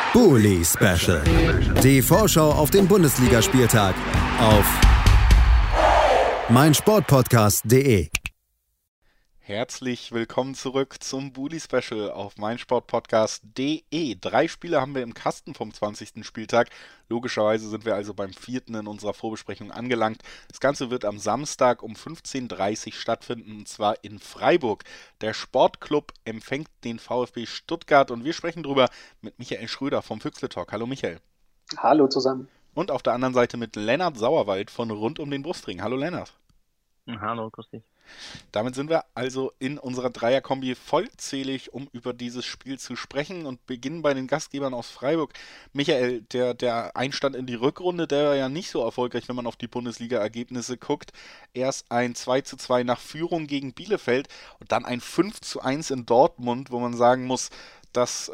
Bully Special. Die Vorschau auf den Bundesligaspieltag auf meinsportpodcast.de. Herzlich willkommen zurück zum Bully Special auf meinsportpodcast.de. 3 Spiele haben wir im Kasten vom 20. Spieltag. Logischerweise sind wir also beim 4. in unserer Vorbesprechung angelangt. Das Ganze wird am Samstag um 15:30 Uhr stattfinden, und zwar in Freiburg. Der Sportclub empfängt den VfB Stuttgart und wir sprechen drüber mit Michael Schröder vom Füchsle Talk. Hallo Michael. Hallo zusammen. Und auf der anderen Seite mit Lennart Sauerwald von Rund um den Brustring. Hallo Lennart. Hallo, grüß dich. Damit sind wir also in unserer Dreierkombi vollzählig, um über dieses Spiel zu sprechen, und beginnen bei den Gastgebern aus Freiburg. Michael, der Einstand in die Rückrunde, der war ja nicht so erfolgreich, wenn man auf die Bundesliga-Ergebnisse guckt. Erst ein 2:2 nach Führung gegen Bielefeld und dann ein 5:1 in Dortmund, wo man sagen muss, dass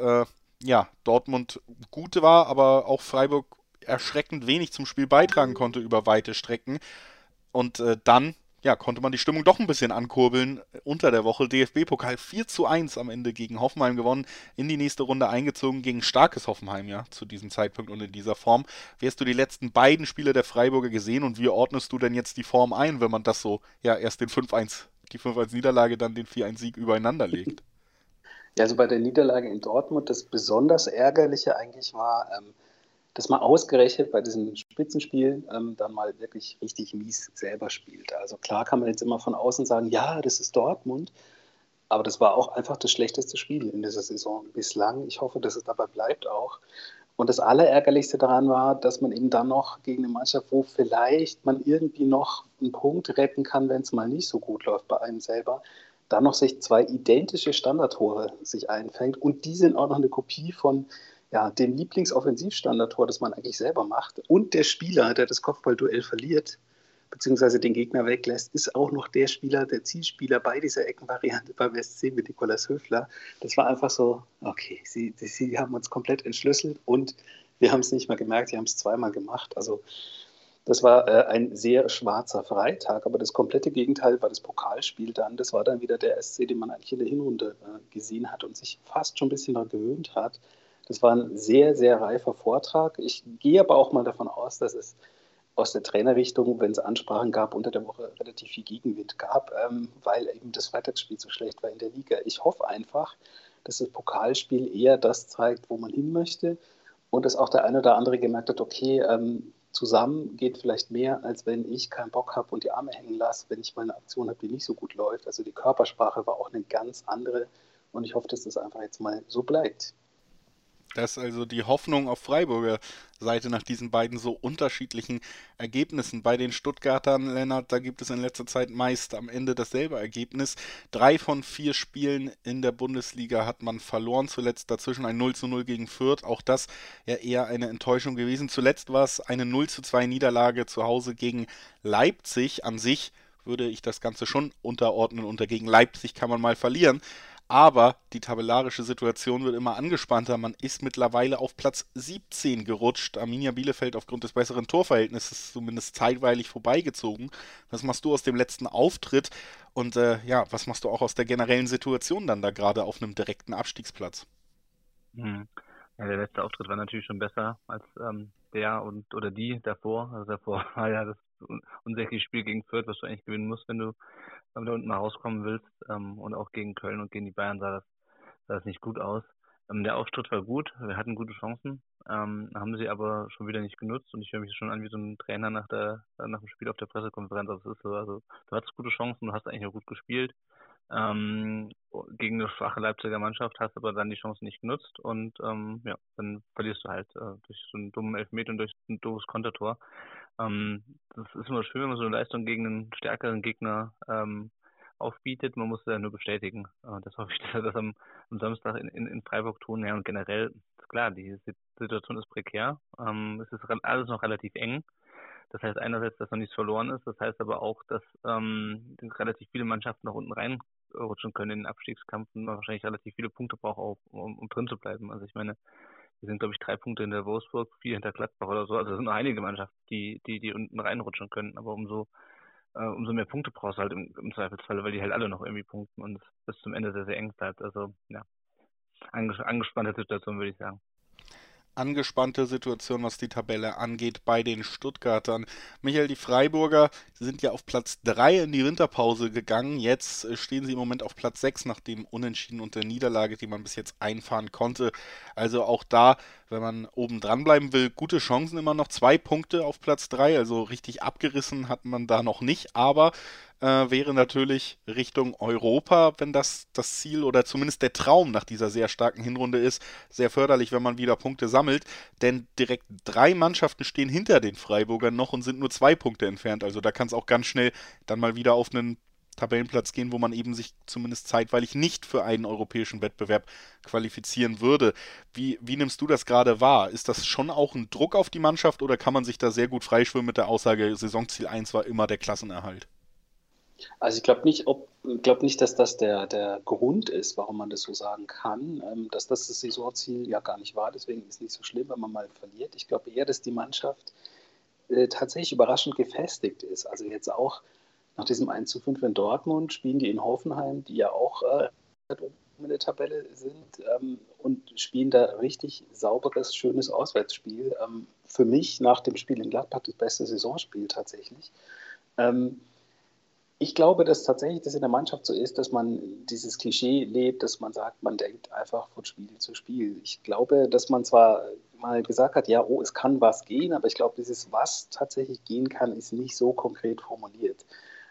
Dortmund gut war, aber auch Freiburg erschreckend wenig zum Spiel beitragen konnte über weite Strecken. Und dann konnte man die Stimmung doch ein bisschen ankurbeln unter der Woche. DFB-Pokal 4:1 am Ende gegen Hoffenheim gewonnen, in die nächste Runde eingezogen gegen starkes Hoffenheim, ja, zu diesem Zeitpunkt und in dieser Form. Wie hast du die letzten beiden Spiele der Freiburger gesehen und wie ordnest du denn jetzt die Form ein, wenn man das so, erst die 5:1-Niederlage, dann den 4:1-Sieg übereinander legt? Ja, also bei der Niederlage in Dortmund, das besonders Ärgerliche eigentlich war, dass man ausgerechnet bei diesem Spitzenspiel dann mal wirklich richtig mies selber spielt. Also klar kann man jetzt immer von außen sagen, ja, das ist Dortmund, aber das war auch einfach das schlechteste Spiel in dieser Saison bislang. Ich hoffe, dass es dabei bleibt auch. Und das Allerärgerlichste daran war, dass man eben dann noch gegen eine Mannschaft, wo vielleicht man irgendwie noch einen Punkt retten kann, wenn es mal nicht so gut läuft bei einem selber, dann noch sich 2 identische Standardtore sich einfängt. Und die sind auch noch eine Kopie von dem Lieblingsoffensivstandardtor, das man eigentlich selber macht. Und der Spieler, der das Kopfballduell verliert, beziehungsweise den Gegner weglässt, ist auch noch der Spieler, der Zielspieler bei dieser Eckenvariante beim SC mit Nikolaus Höfler. Das war einfach so, okay, sie haben uns komplett entschlüsselt und wir haben es nicht mehr gemerkt, sie haben es zweimal gemacht. Also das war ein sehr schwarzer Freitag, aber das komplette Gegenteil war das Pokalspiel dann. Das war dann wieder der SC, den man eigentlich in der Hinrunde gesehen hat und sich fast schon ein bisschen daran gewöhnt hat. Das war ein sehr, sehr reifer Vortrag. Ich gehe aber auch mal davon aus, dass es aus der Trainerrichtung, wenn es Ansprachen gab, unter der Woche relativ viel Gegenwind gab, weil eben das Freitagsspiel so schlecht war in der Liga. Ich hoffe einfach, dass das Pokalspiel eher das zeigt, wo man hin möchte und dass auch der eine oder andere gemerkt hat, okay, zusammen geht vielleicht mehr, als wenn ich keinen Bock habe und die Arme hängen lasse, wenn ich mal eine Aktion habe, die nicht so gut läuft. Also die Körpersprache war auch eine ganz andere und ich hoffe, dass das einfach jetzt mal so bleibt. Das ist also die Hoffnung auf Freiburger Seite nach diesen beiden so unterschiedlichen Ergebnissen. Bei den Stuttgartern, Lennart, da gibt es in letzter Zeit meist am Ende dasselbe Ergebnis. 3 von 4 Spielen in der Bundesliga hat man verloren. Zuletzt dazwischen ein 0:0 gegen Fürth. Auch das ja eher eine Enttäuschung gewesen. Zuletzt war es eine 0:2 Niederlage zu Hause gegen Leipzig. An sich würde ich das Ganze schon unterordnen. Unter gegen Leipzig kann man mal verlieren. Aber die tabellarische Situation wird immer angespannter. Man ist mittlerweile auf Platz 17 gerutscht. Arminia Bielefeld aufgrund des besseren Torverhältnisses zumindest zeitweilig vorbeigezogen. Was machst du aus dem letzten Auftritt? Und was machst du auch aus der generellen Situation dann da gerade auf einem direkten Abstiegsplatz? Ja, der letzte Auftritt war natürlich schon besser als der oder die davor. Also davor war ja das unsägliche Spiel gegen Fürth, was du eigentlich gewinnen musst, wenn du da unten mal rauskommen willst. Und auch gegen Köln und gegen die Bayern sah das nicht gut aus. Der Auftritt war gut, wir hatten gute Chancen, haben sie aber schon wieder nicht genutzt und ich höre mich schon an wie so ein Trainer nach dem Spiel auf der Pressekonferenz. Also, es ist so, also du hattest gute Chancen, du hast eigentlich auch gut gespielt. Gegen eine schwache Leipziger Mannschaft, hast aber dann die Chance nicht genutzt und dann verlierst du halt durch so einen dummen Elfmeter und durch ein doofes Kontertor. Das ist immer schön, wenn man so eine Leistung gegen einen stärkeren Gegner aufbietet. Man muss es ja nur bestätigen. Das hoffe ich, dass wir das am Samstag in Freiburg tun. Ja, und generell ist klar, die Situation ist prekär. Es ist alles noch relativ eng. Das heißt einerseits, dass noch nichts verloren ist. Das heißt aber auch, dass relativ viele Mannschaften nach unten reinrutschen können in den Abstiegskampf und man wahrscheinlich relativ viele Punkte braucht, auch, um drin zu bleiben. Also ich meine, wir sind, glaube ich, 3 Punkte hinter Wolfsburg, 4 hinter Gladbach oder so. Also es sind noch einige Mannschaften, die unten reinrutschen können. Aber umso mehr Punkte brauchst du halt im Zweifelsfall, weil die halt alle noch irgendwie punkten und es bis zum Ende sehr, sehr eng bleibt. Also ja, angespannte Situation, würde ich sagen. angespannte Situation, was die Tabelle angeht bei den Stuttgartern. Michael, die Freiburger sind ja auf Platz 3 in die Winterpause gegangen. Jetzt stehen sie im Moment auf Platz 6 nach dem Unentschieden und der Niederlage, die man bis jetzt einfahren konnte. Also auch da, wenn man oben dran bleiben will, gute Chancen immer noch. 2 Punkte auf Platz 3, also richtig abgerissen hat man da noch nicht, aber wäre natürlich Richtung Europa, wenn das Ziel oder zumindest der Traum nach dieser sehr starken Hinrunde ist, sehr förderlich, wenn man wieder Punkte sammelt, denn direkt 3 Mannschaften stehen hinter den Freiburgern noch und sind nur 2 Punkte entfernt, also da kann es auch ganz schnell dann mal wieder auf einen Tabellenplatz gehen, wo man eben sich zumindest zeitweilig nicht für einen europäischen Wettbewerb qualifizieren würde. Wie nimmst du das gerade wahr? Ist das schon auch ein Druck auf die Mannschaft oder kann man sich da sehr gut freischwimmen mit der Aussage, Saisonziel 1 war immer der Klassenerhalt? Also ich glaube nicht, dass das der Grund ist, warum man das so sagen kann, dass das Saisonziel ja gar nicht war. Deswegen ist es nicht so schlimm, wenn man mal verliert. Ich glaube eher, dass die Mannschaft tatsächlich überraschend gefestigt ist. Also jetzt auch nach diesem 1:5 in Dortmund spielen die in Hoffenheim, die ja auch oben in der Tabelle sind, und spielen da richtig sauberes, schönes Auswärtsspiel. Für mich nach dem Spiel in Gladbach das beste Saisonspiel tatsächlich. Ähm, Ich glaube, dass tatsächlich das in der Mannschaft so ist, dass man dieses Klischee lebt, dass man sagt, man denkt einfach von Spiel zu Spiel. Ich glaube, dass man zwar mal gesagt hat, ja, oh, es kann was gehen, aber ich glaube, dieses was tatsächlich gehen kann, ist nicht so konkret formuliert.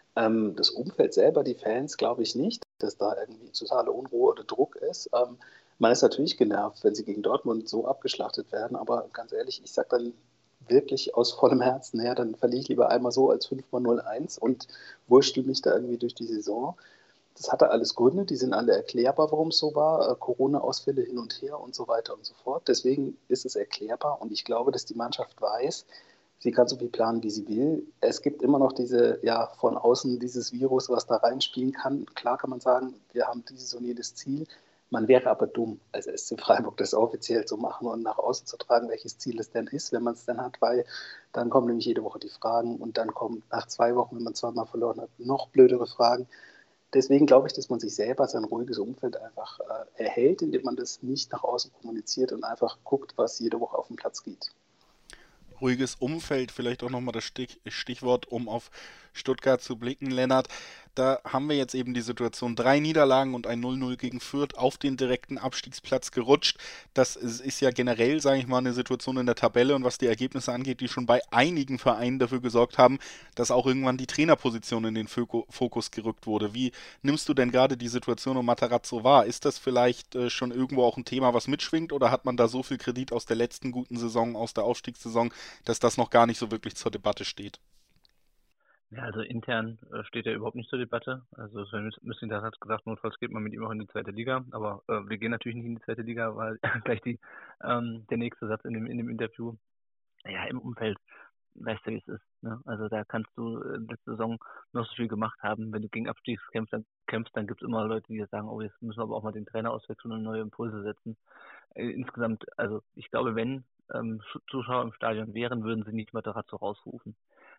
Das Umfeld selber, die Fans, glaube ich nicht, dass da irgendwie totale Unruhe oder Druck ist. Man ist natürlich genervt, wenn sie gegen Dortmund so abgeschlachtet werden, aber ganz ehrlich, ich sage dann wirklich aus vollem Herzen, ja, dann verliere ich lieber einmal so als 5-mal 0-1 und wurschtel mich da irgendwie durch die Saison. Das hatte alles Gründe, die sind alle erklärbar, warum es so war. Corona-Ausfälle hin und her und so weiter und so fort. Deswegen ist es erklärbar und ich glaube, dass die Mannschaft weiß, sie kann so viel planen, wie sie will. Es gibt immer noch diese, ja, von außen dieses Virus, was da reinspielen kann. Klar kann man sagen, wir haben dieses und jedes Ziel. Man wäre aber dumm, als SC Freiburg das offiziell zu machen und nach außen zu tragen, welches Ziel es denn ist, wenn man es denn hat, weil dann kommen nämlich jede Woche die Fragen und dann kommen nach 2 Wochen, wenn man zweimal verloren hat, noch blödere Fragen. Deswegen glaube ich, dass man sich selber sein ruhiges Umfeld einfach erhält, indem man das nicht nach außen kommuniziert und einfach guckt, was jede Woche auf dem Platz geht. Ruhiges Umfeld, vielleicht auch nochmal das Stichwort, um auf Stuttgart zu blicken, Lennart. Da haben wir jetzt eben die Situation, 3 Niederlagen und ein 0:0 gegen Fürth auf den direkten Abstiegsplatz gerutscht. Das ist ja generell, sage ich mal, eine Situation in der Tabelle und was die Ergebnisse angeht, die schon bei einigen Vereinen dafür gesorgt haben, dass auch irgendwann die Trainerposition in den Fokus gerückt wurde. Wie nimmst du denn gerade die Situation um Matarazzo wahr? Ist das vielleicht schon irgendwo auch ein Thema, was mitschwingt oder hat man da so viel Kredit aus der letzten guten Saison, aus der Aufstiegssaison, dass das noch gar nicht so wirklich zur Debatte steht? Ja, also intern steht er überhaupt nicht zur Debatte. Also Sven Mislintat hat gesagt, notfalls geht man mit ihm auch in die zweite Liga. Aber wir gehen natürlich nicht in die zweite Liga, weil gleich der nächste Satz in dem Interview. Ja, im Umfeld, weißt du, wie es ist. Ne? Also da kannst du letzte Saison noch so viel gemacht haben. Wenn du gegen Abstieg kämpfst, dann gibt es immer Leute, die sagen, oh, jetzt müssen wir aber auch mal den Trainer auswechseln und neue Impulse setzen. Insgesamt, also ich glaube, wenn Zuschauer im Stadion wären, würden sie nicht Matarazzo rausrufen.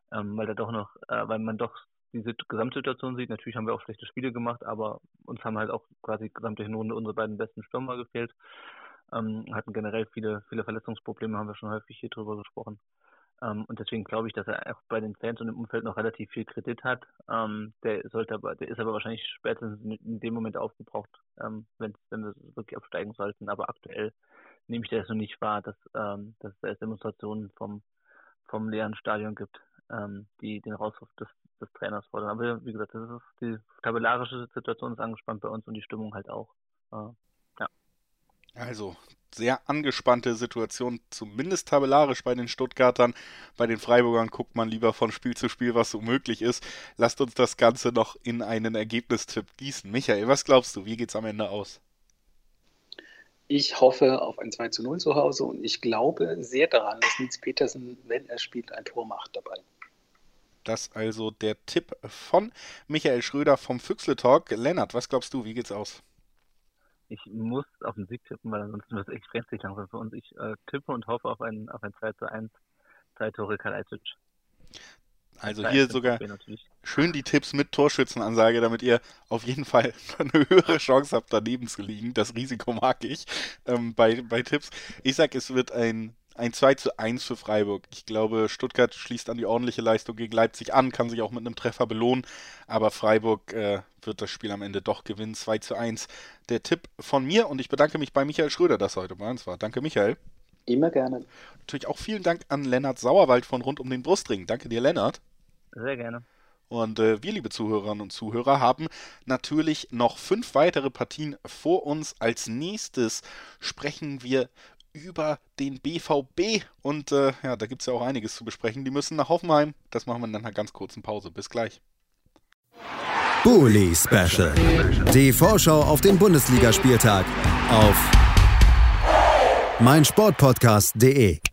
Weil man doch diese Gesamtsituation sieht. Natürlich haben wir auch schlechte Spiele gemacht, aber uns haben halt auch quasi gesamte Hinrunde unsere beiden besten Stürmer gefehlt. Hatten generell viele Verletzungsprobleme, haben wir schon häufig hier drüber gesprochen. Und deswegen glaube ich, dass er auch bei den Fans und im Umfeld noch relativ viel Kredit hat. Der ist aber wahrscheinlich spätestens in dem Moment aufgebraucht, wenn wir wirklich absteigen sollten. Aber aktuell nehme ich das noch nicht wahr, dass es da Demonstrationen vom leeren Stadion gibt, die den Rauswurf des Trainers fordern. Aber wie gesagt, die tabellarische Situation ist angespannt bei uns und die Stimmung halt auch. Ja. Also, sehr angespannte Situation, zumindest tabellarisch bei den Stuttgartern. Bei den Freiburgern guckt man lieber von Spiel zu Spiel, was so möglich ist. Lasst uns das Ganze noch in einen Ergebnistipp gießen. Michael, was glaubst du? Wie geht's am Ende aus? Ich hoffe auf ein 2:0 zu Hause und ich glaube sehr daran, dass Nils Petersen, wenn er spielt, ein Tor macht dabei. Das also der Tipp von Michael Schröder vom Füchsle Talk. Lennart, was glaubst du? Wie geht's aus? Ich muss auf den Sieg tippen, weil ansonsten wird es echt brenzlig langsam für uns. Ich tippe und hoffe auf ein 2:1, 3 Tore Kalajdzic. Also hier sogar schön die Tipps mit Torschützenansage, damit ihr auf jeden Fall eine höhere Chance habt, daneben zu liegen. Das Risiko mag ich bei Tipps. Ich sag, es wird ein 2:1 für Freiburg. Ich glaube, Stuttgart schließt an die ordentliche Leistung gegen Leipzig an, kann sich auch mit einem Treffer belohnen, aber Freiburg wird das Spiel am Ende doch gewinnen. 2:1 der Tipp von mir und ich bedanke mich bei Michael Schröder, dass er heute bei uns war. Danke, Michael. Immer gerne. Natürlich auch vielen Dank an Lennart Sauerwald von Rund um den Brustring. Danke dir, Lennart. Sehr gerne. Und wir, liebe Zuhörerinnen und Zuhörer, haben natürlich noch 5 weitere Partien vor uns. Als nächstes sprechen wir über den BVB und da gibt es ja auch einiges zu besprechen. Die müssen nach Hoffenheim. Das machen wir in einer ganz kurzen Pause. Bis gleich. Bully Special. Die Vorschau auf den Bundesligaspieltag auf meinsportpodcast.de.